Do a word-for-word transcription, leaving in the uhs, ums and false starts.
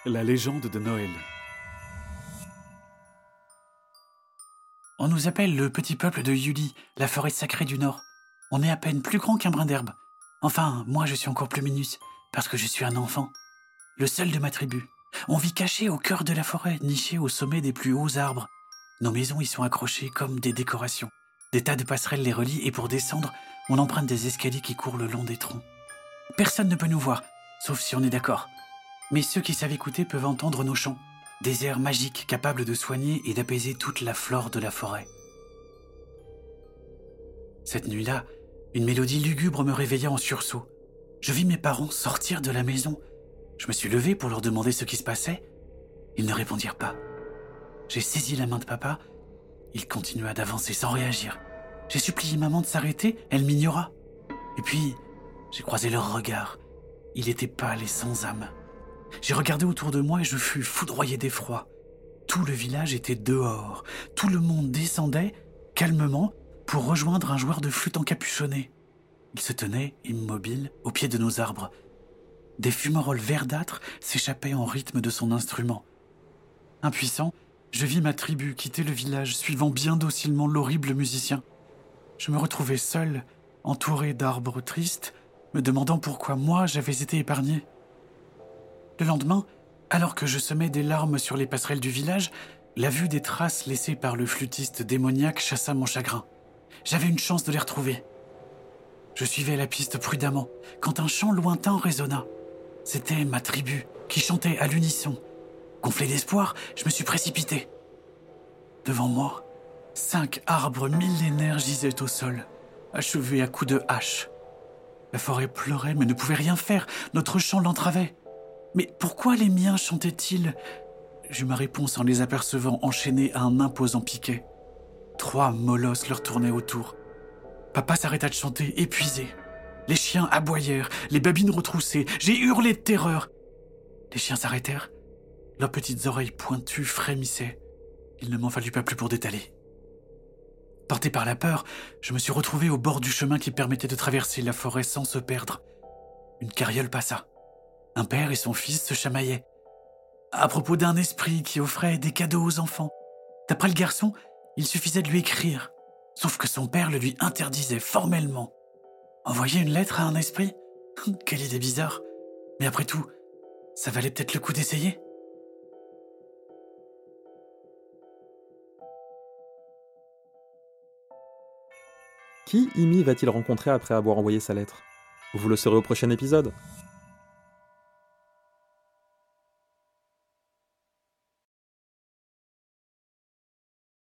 La légende de Noël. On nous appelle le petit peuple de Yuli, la forêt sacrée du Nord. On est à peine plus grand qu'un brin d'herbe. Enfin, moi je suis encore plus minus, parce que je suis un enfant. Le seul de ma tribu. On vit caché au cœur de la forêt, niché au sommet des plus hauts arbres. Nos maisons y sont accrochées comme des décorations. Des tas de passerelles les relient et pour descendre, on emprunte des escaliers qui courent le long des troncs. Personne ne peut nous voir, sauf si on est d'accord. Mais ceux qui savent écouter peuvent entendre nos chants. Des airs magiques capables de soigner et d'apaiser toute la flore de la forêt. Cette nuit-là, une mélodie lugubre me réveilla en sursaut. Je vis mes parents sortir de la maison. Je me suis levé pour leur demander ce qui se passait. Ils ne répondirent pas. J'ai saisi la main de papa. Il continua d'avancer sans réagir. J'ai supplié maman de s'arrêter, elle m'ignora. Et puis, j'ai croisé leur regard. Il était pâle et sans âme. J'ai regardé autour de moi et je fus foudroyé d'effroi. Tout le village était dehors. Tout le monde descendait, calmement, pour rejoindre un joueur de flûte encapuchonné. Il se tenait, immobile, au pied de nos arbres. Des fumerolles verdâtres s'échappaient en rythme de son instrument. Impuissant, je vis ma tribu quitter le village, suivant bien docilement l'horrible musicien. Je me retrouvais seul, entouré d'arbres tristes, me demandant pourquoi moi j'avais été épargné. Le lendemain, alors que je semais des larmes sur les passerelles du village, la vue des traces laissées par le flûtiste démoniaque chassa mon chagrin. J'avais une chance de les retrouver. Je suivais la piste prudemment, quand un chant lointain résonna. C'était ma tribu, qui chantait à l'unisson. Gonflé d'espoir, je me suis précipité. Devant moi, cinq arbres millénaires gisaient au sol, achevés à coups de hache. La forêt pleurait mais ne pouvait rien faire, notre chant l'entravait. Mais pourquoi les miens chantaient-ils ? J'eus ma réponse en les apercevant enchaînés à un imposant piquet. Trois molosses leur tournaient autour. Papa s'arrêta de chanter, épuisé. Les chiens aboyèrent, les babines retroussées. J'ai hurlé de terreur. Les chiens s'arrêtèrent. Leurs petites oreilles pointues frémissaient. Il ne m'en fallut pas plus pour détaler. Porté par la peur, je me suis retrouvé au bord du chemin qui permettait de traverser la forêt sans se perdre. Une carriole passa. Un père et son fils se chamaillaient. À propos d'un esprit qui offrait des cadeaux aux enfants. D'après le garçon, il suffisait de lui écrire. Sauf que son père le lui interdisait formellement. Envoyer une lettre à un esprit ? Quelle idée bizarre. Mais après tout, ça valait peut-être le coup d'essayer. Qui Imi va-t-il rencontrer après avoir envoyé sa lettre ? Vous le saurez au prochain épisode.